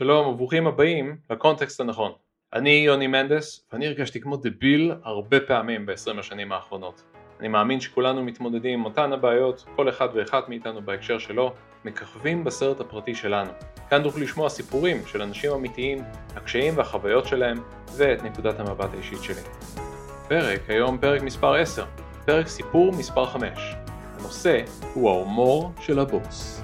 שלום וברוכים הבאים לקונטקסט הנכון. אני יוני מנדס ואני הרגשתי כמו דביל הרבה פעמים ב-20 השנים האחרונות. אני מאמין שכולנו מתמודדים עם אותן הבעיות, כל אחד ואחת מאיתנו בהקשר שלו, מככבים בסרט הפרטי שלנו. כאן תוכלו לשמוע סיפורים של אנשים אמיתיים, הקשיים והחוויות שלהם ואת נקודת המבט האישית שלי. היום פרק מספר 10, פרק סיפור מספר 5. הנושא הוא ההומור של הבוס.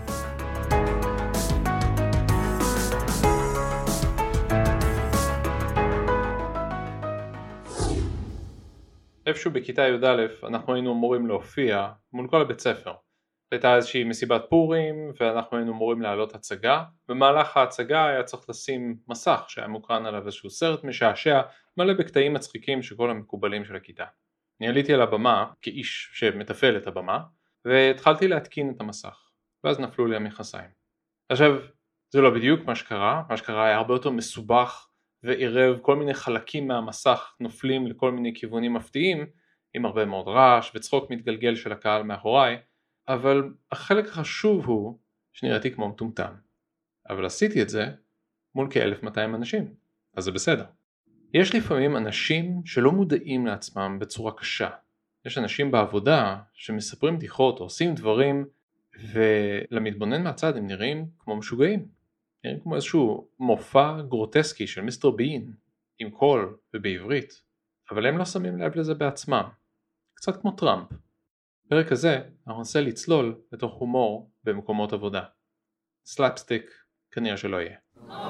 איפשהו בכיתה י"א אנחנו היינו אמורים להופיע מול כל הבית ספר. הייתה איזושהי מסיבת פורים ואנחנו היינו אמורים להעלות הצגה. במהלך ההצגה היה צריך לשים מסך שהיה מוקרן עליו איזשהו סרט משעשע מלא בקטעים מצחיקים של כל המקובלים של הכיתה. אני עליתי על הבמה כאיש שמתפעל את הבמה והתחלתי להתקין את המסך, ואז נפלו לי המכנסיים. עכשיו, זה לא בדיוק מה שקרה היה הרבה יותר מסובך ועירב כל מיני חלקים מהמסך נופלים לכל מיני כיוונים מפתיעים עם הרבה מאוד רעש וצחוק מתגלגל של הקהל מאחוריי, אבל החלק החשוב הוא שנראיתי כמו מטומטם. אבל עשיתי את זה מול כ-1200 אנשים, אז זה בסדר. יש לפעמים אנשים שלא מודעים לעצמם בצורה קשה. יש אנשים בעבודה שמספרים בדיחות או עושים דברים ולמתבונן מהצד הם נראים כמו משוגעים. נראים כמו איזשהו מופע גרוטסקי של מיסטר בין עם קול ובעברית, אבל הם לא שמים לב לזה בעצמם. קצת כמו טראמפ. בפרק הזה אנחנו ננסה לצלול לתוך הומור במקומות עבודה. סלאפסטיק כנראה שלא יהיה.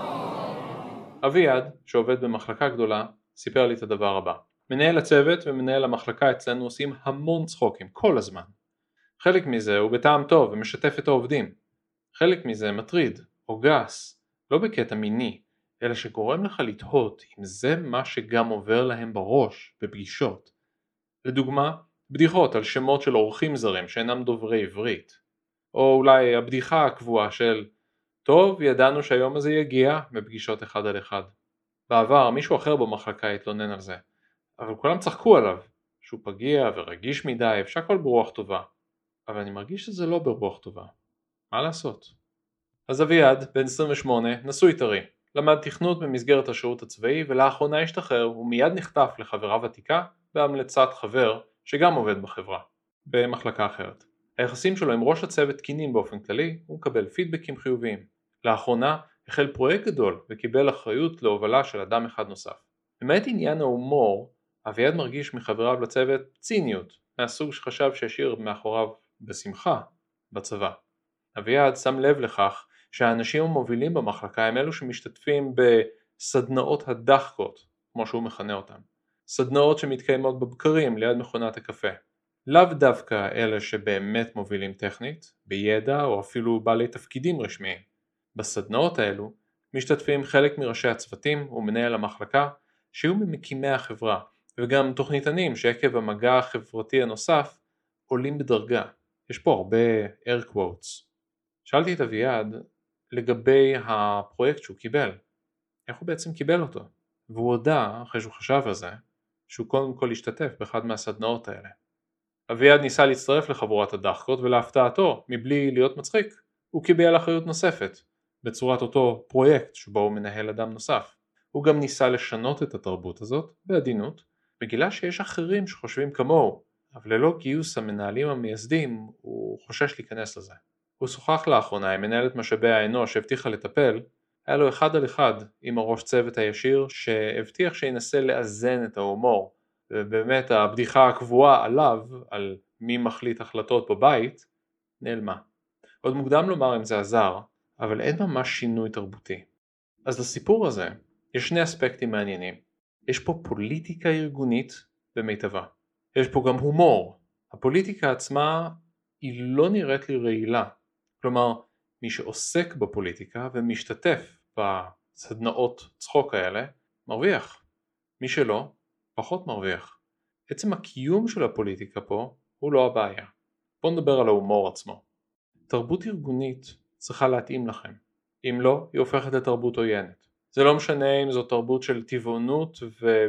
אביעד, שעובד במחלקה גדולה, סיפר לי את הדבר הבא. מנהל הצוות ומנהל המחלקה אצלנו עושים המון צחוקים כל הזמן. חלק מזה הוא בטעם טוב ומשתף את העובדים. חלק מזה מטריד או גס, לא בקטע מיני, אלא שגורם לך לתהות אם זה מה שגם עובר להם בראש בפגישות. לדוגמה, בדיחות על שמות של אורחים זרים שאינם דוברי עברית. או אולי הבדיחה הקבועה של טוב, ידענו שהיום הזה יגיע בפגישות אחד על אחד. בעבר מישהו אחר במחלקה התלונן על זה, אבל כולם צחקו עליו, שהוא פגיע ורגיש מדי ושהכל ברוח טובה. אבל אני מרגיש שזה לא ברוח טובה. מה לעשות? אז אביעד, בן 28, נשוי טרי. למד תכנות במסגרת השירות הצבאי ולאחרונה השתחרר ומיד נחטף לחברה ותיקה בהמלצת חבר שגם עובד בחברה, במחלקה אחרת. היחסים שלו עם ראש הצוות תקינים באופן כללי, הוא מקבל פידבקים חיוביים. לאחרונה החל פרויקט גדול וקיבל אחריות להובלה של אדם אחד נוסף. למעט עניין ההומור, אביעד מרגיש מחבריו לצוות ציניות, מהסוג שחשב שהשאיר מאחוריו בשמחה בצבא. אביעד שם לב לכך שהאנשים המובילים במחלקה הם אלו שמשתתפים בסדנאות הדחקות, כמו שהוא מכנה אותם. סדנאות שמתקיימות בבקרים ליד מכונת הקפה. לאו דווקא אלה שבאמת מובילים טכנית, בידע או אפילו בעלי תפקידים רשמיים. בסדנאות האלו משתתפים חלק מראשי הצוותים ומנהל המחלקה שהיו ממקימי החברה, וגם תוכניתנים שעקב המגע החברתי הנוסף עולים בדרגה. יש פה הרבה air quotes. שאלתי את אביעד לגבי הפרויקט שהוא קיבל. איך הוא בעצם קיבל אותו? והוא הודע, אחרי שהוא חשב על זה, שהוא קודם כל השתתף באחד מהסדנאות האלה. אביעד ניסה להצטרף לחבורת הדחקות ולהפתעתו, מבלי להיות מצחיק, הוא קיבל אחריות נוספת, בצורת אותו פרויקט שבו הוא מנהל אדם נוסף. הוא גם ניסה לשנות את התרבות הזאת בעדינות, וגילה שיש אחרים שחושבים כמוהו, אבל ללא גיוס המנהלים המייסדים הוא חושש להיכנס לזה. הוא שוחח לאחרונה עם מנהלת משאבי האנוש שהבטיחה לטפל, היה לו אחד על אחד עם הראש צוות הישיר שהבטיח שינסה לאזן את ההומור, ובאמת הבדיחה הקבועה עליו, על מי מחליט החלטות בבית, נעלמה. עוד מוקדם לומר אם זה עזר, אבל אין ממש שינוי תרבותי. אז לסיפור הזה יש שני אספקטים מעניינים. יש פה פוליטיקה ארגונית במיטבה. יש פה גם הומור. הפוליטיקה עצמה היא לא נראית לי רעילה. כלומר, מי שעוסק בפוליטיקה ומשתתף בסדנאות צחוק האלה, מרוויח. מי שלא, פחות מרוויח. עצם הקיום של הפוליטיקה פה הוא לא הבעיה. בואו נדבר על ההומור עצמו. תרבות ארגונית צריכה להתאים לכם. אם לא, היא הופכת לתרבות עוינת. זה לא משנה אם זו תרבות של טבעונות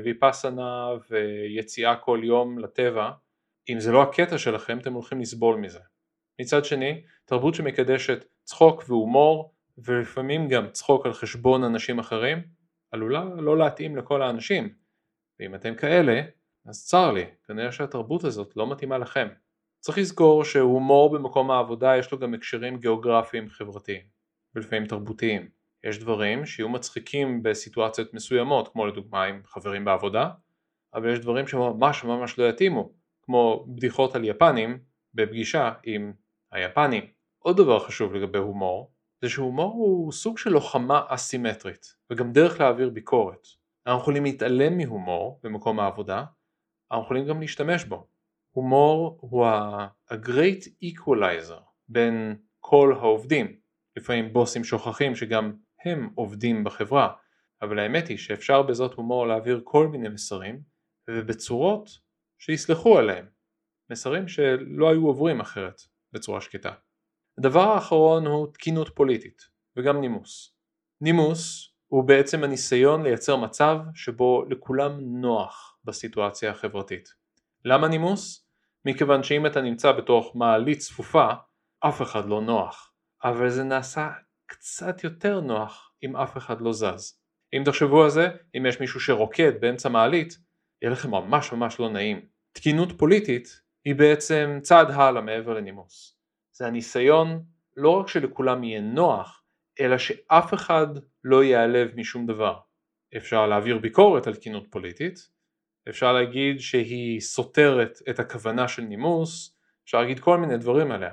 וויפסנה ויציאה כל יום לטבע. אם זה לא הקטע שלכם, אתם הולכים לסבול מזה. מצד שני, תרבות שמקדשת צחוק והומור ולפעמים גם צחוק על חשבון אנשים אחרים עלולה לא להתאים לכל האנשים, ואם אתם כאלה, אז צר לי, כנראה שהתרבות הזאת לא מתאימה לכם. צריך לזכור שהומור במקום העבודה יש לו גם הקשרים גיאוגרפיים חברתיים, ולפעמים תרבותיים. יש דברים שיהיו מצחיקים בסיטואציות מסוימות, כמו לדוגמה עם חברים בעבודה, אבל יש דברים שממש ממש לא יתאימו, כמו בדיחות על יפנים בפגישה עם היפנים. עוד דבר חשוב לגבי הומור, זה שהומור הוא סוג של לוחמה אסימטרית, וגם דרך להעביר ביקורת. אנחנו יכולים להתעלם מהומור במקום העבודה, אנחנו יכולים גם להשתמש בו. הומור הוא ה-great equalizer בין כל העובדים. לפעמים בוסים שוכחים שגם הם עובדים בחברה, אבל האמת היא שאפשר בעזרת הומור להעביר כל מיני מסרים, ובצורות שיסלחו עליהם. מסרים שלא היו עוברים אחרת בצורה שקטה. הדבר האחרון הוא תקינות פוליטית, וגם נימוס. נימוס הוא בעצם הניסיון לייצר מצב שבו לכולם נוח בסיטואציה החברתית. למה נימוס? מכיוון שאם אתה נמצא בתוך מעלית צפופה, אף אחד לא נוח. אבל זה נעשה קצת יותר נוח אם אף אחד לא זז. אם תחשבו על זה, אם יש מישהו שרוקד באמצע מעלית, יהיה לכם ממש ממש לא נעים. תקינות פוליטית היא בעצם צעד הלאה מעבר לנימוס. זה הניסיון לא רק שלכולם יהיה נוח, אלא שאף אחד לא ייעלב משום דבר. אפשר להעביר ביקורת על תקינות פוליטית, אפשר להגיד שהיא סותרת את הכוונה של נימוס, אפשר להגיד כל מיני דברים עליה,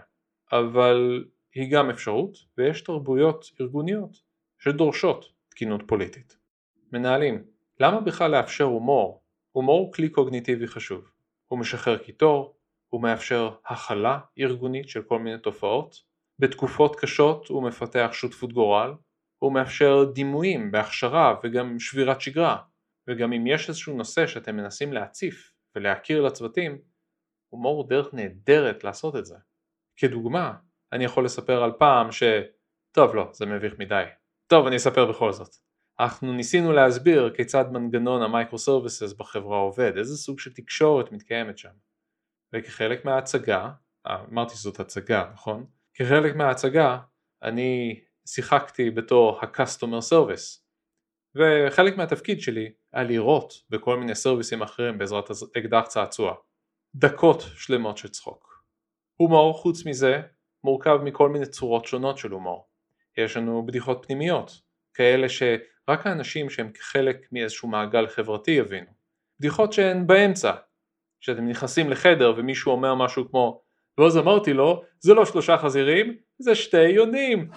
אבל היא גם אפשרות, ויש תרבויות ארגוניות שדורשות תקינות פוליטית. מנהלים, למה בכלל לאפשר הומור? הומור הוא כלי קוגניטיבי חשוב. הוא משחרר קיטור, הוא מאפשר הכלה ארגונית של כל מיני תופעות. בתקופות קשות הוא מפתח שותפות גורל, הוא מאפשר דימויים בהכשרה וגם שבירת שגרה. וגם אם יש איזשהו נושא שאתם מנסים להציף ולהכיר לצוותים, הומור הוא דרך נהדרת לעשות את זה. כדוגמה, אני יכול לספר על פעם טוב לא, זה מביך מדי. טוב, אני אספר בכל זאת. אנחנו ניסינו להסביר כיצד מנגנון המיקרו-סרוויסס בחברה עובד, איזה סוג של תקשורת מתקיימת שם. וכחלק מההצגה, אמרתי שזאת הצגה, נכון? כחלק מההצגה, אני שיחקתי בתור ה-Customer Service. וחלק מהתפקיד שלי היה לירות בכל מיני סרוויסים אחרים בעזרת אקדח צעצוע. דקות שלמות של צחוק. הומור חוץ מזה מורכב מכל מיני צורות שונות של הומור. יש לנו בדיחות פנימיות, כאלה שרק האנשים שהם חלק מאיזשהו מעגל חברתי יבינו. בדיחות שהן באמצע, שאתם נכנסים לחדר ומישהו אומר משהו כמו ואז אמרתי לו, זה לא 3 חזירים, זה 2 יונים.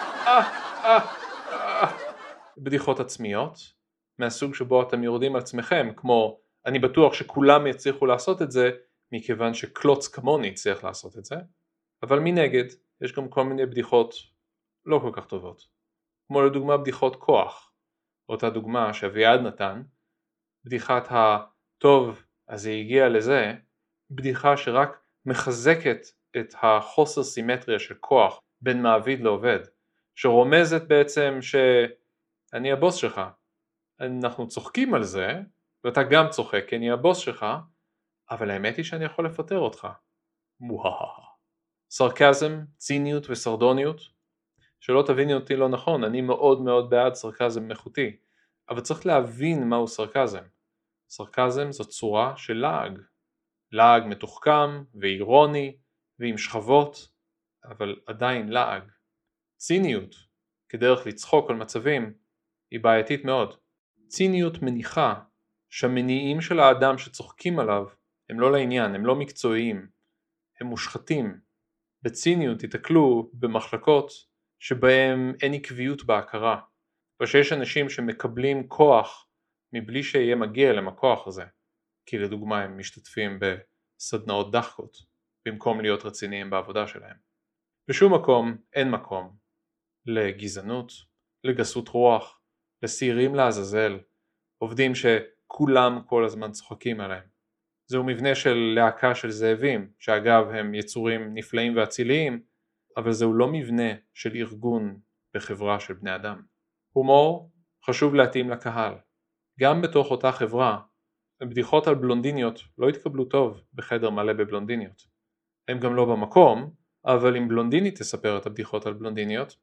בדיחות עצמיות, מהסוג שבו אתם יורדים על עצמכם, כמו אני בטוח שכולם יצליחו לעשות את זה, מכיוון שקלוץ כמוני צריך לעשות את זה, אבל מנגד יש גם כל מיני בדיחות לא כל כך טובות, כמו לדוגמה בדיחות כוח, אותה דוגמה שאביעד נתן, בדיחת הטוב אז זה הגיע לזה, בדיחה שרק מחזקת את החוסר סימטריה של כוח בין מעביד לעובד, שרומזת בעצם שאני הבוס שלך, אנחנו צוחקים על זה, ואתה גם צוחק כי אני הבוס שלך, אבל האמת היא שאני יכול לפטר אותך. סרקזם, ציניות וסרדוניות, שלא תביני אותי לא נכון, אני מאוד מאוד בעד סרקזם איכותי, אבל צריך להבין מהו סרקזם. סרקזם זו צורה של לעג, לעג מתוחכם ואירוני ועם שכבות, אבל עדיין לעג. ציניות, כדרך לצחוק על מצבים, היא בעייתית מאוד. ציניות מניחה שהמניעים של האדם שצוחקים עליו הם לא לעניין, הם לא מקצועיים, הם מושחתים. בציניות תתקלו במחלקות שבהם אין עקביות בהכרה, ושיש אנשים שמקבלים כוח מבלי שיהיה מגיע להם הכוח הזה, כי לדוגמה הם משתתפים בסדנאות דחקות, במקום להיות רציניים בעבודה שלהם. בשום מקום אין מקום לגזענות, לגסות רוח, לשעירים לעזאזל, עובדים שכולם כל הזמן צוחקים עליהם. זהו מבנה של להקה של זאבים, שאגב הם יצורים נפלאים ואציליים, אבל זהו לא מבנה של ארגון בחברה של בני אדם. הומור חשוב להתאים לקהל. גם בתוך אותה חברה, בדיחות על בלונדיניות לא יתקבלו טוב בחדר מלא בבלונדיניות. הם גם לא במקום, אבל אם בלונדינית תספר את הבדיחות על בלונדיניות,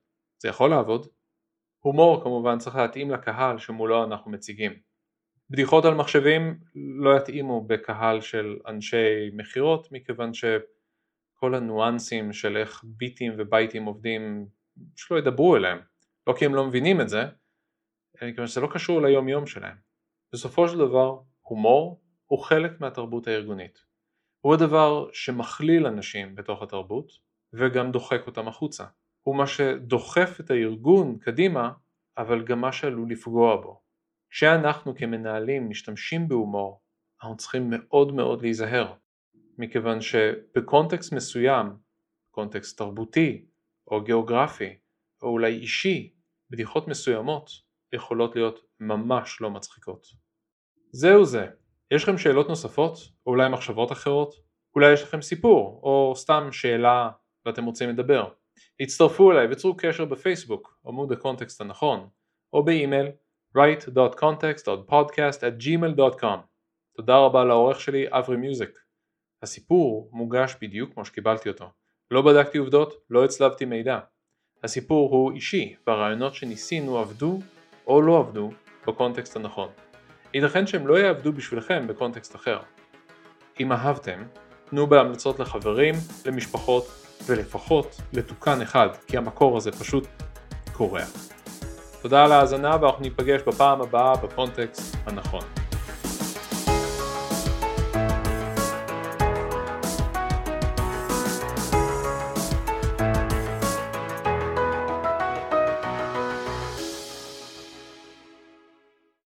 זה יכול לעבוד. הומור כמובן צריך להתאים לקהל שמולו אנחנו מציגים. בדיחות על מחשבים לא יתאימו בקהל של אנשי מחירות, מכיוון שכל הניואנסים של איך ביטים ובייטים עובדים שלא ידברו אליהם. לא כי הם לא מבינים את זה, אלא מכיוון שזה לא קשור ליום יום שלהם. בסופו של דבר, הומור הוא חלק מהתרבות הארגונית. הוא הדבר שמכליל אנשים בתוך התרבות וגם דוחק אותם החוצה. הוא מה שדוחף את הארגון קדימה, אבל גם מה שעלול לפגוע בו. כשאנחנו כמנהלים משתמשים בהומור, אנחנו צריכים מאוד מאוד להיזהר, מכיוון שבקונטקסט מסוים, קונטקסט תרבותי או גיאוגרפי או אולי אישי, בדיחות מסוימות יכולות להיות ממש לא מצחיקות. זהו זה. יש לכם שאלות נוספות או אולי מחשבות אחרות? אולי יש לכם סיפור או סתם שאלה ואתם רוצים לדבר? הצטרפו אליי וצרו קשר בפייסבוק, עמוד הקונטקסט הנכון, או באימייל write.context.podcast@gmail.com. תודה רבה לעורך שלי אברי מיוזיק. הסיפור מוגש בדיוק כמו שקיבלתי אותו. לא בדקתי עובדות, לא הצלבתי מידע. הסיפור הוא אישי, והרעיונות שניסינו עבדו או לא עבדו בקונטקסט הנכון. ייתכן שהם לא יעבדו בשבילכם בקונטקסט אחר. אם אהבתם, תנו בהמלצות לחברים, למשפחות ולפחות לתוקן אחד, כי המקור הזה פשוט קורע. תודה על ההאזנה ואנחנו ניפגש בפעם הבאה בקונטקסט הנכון.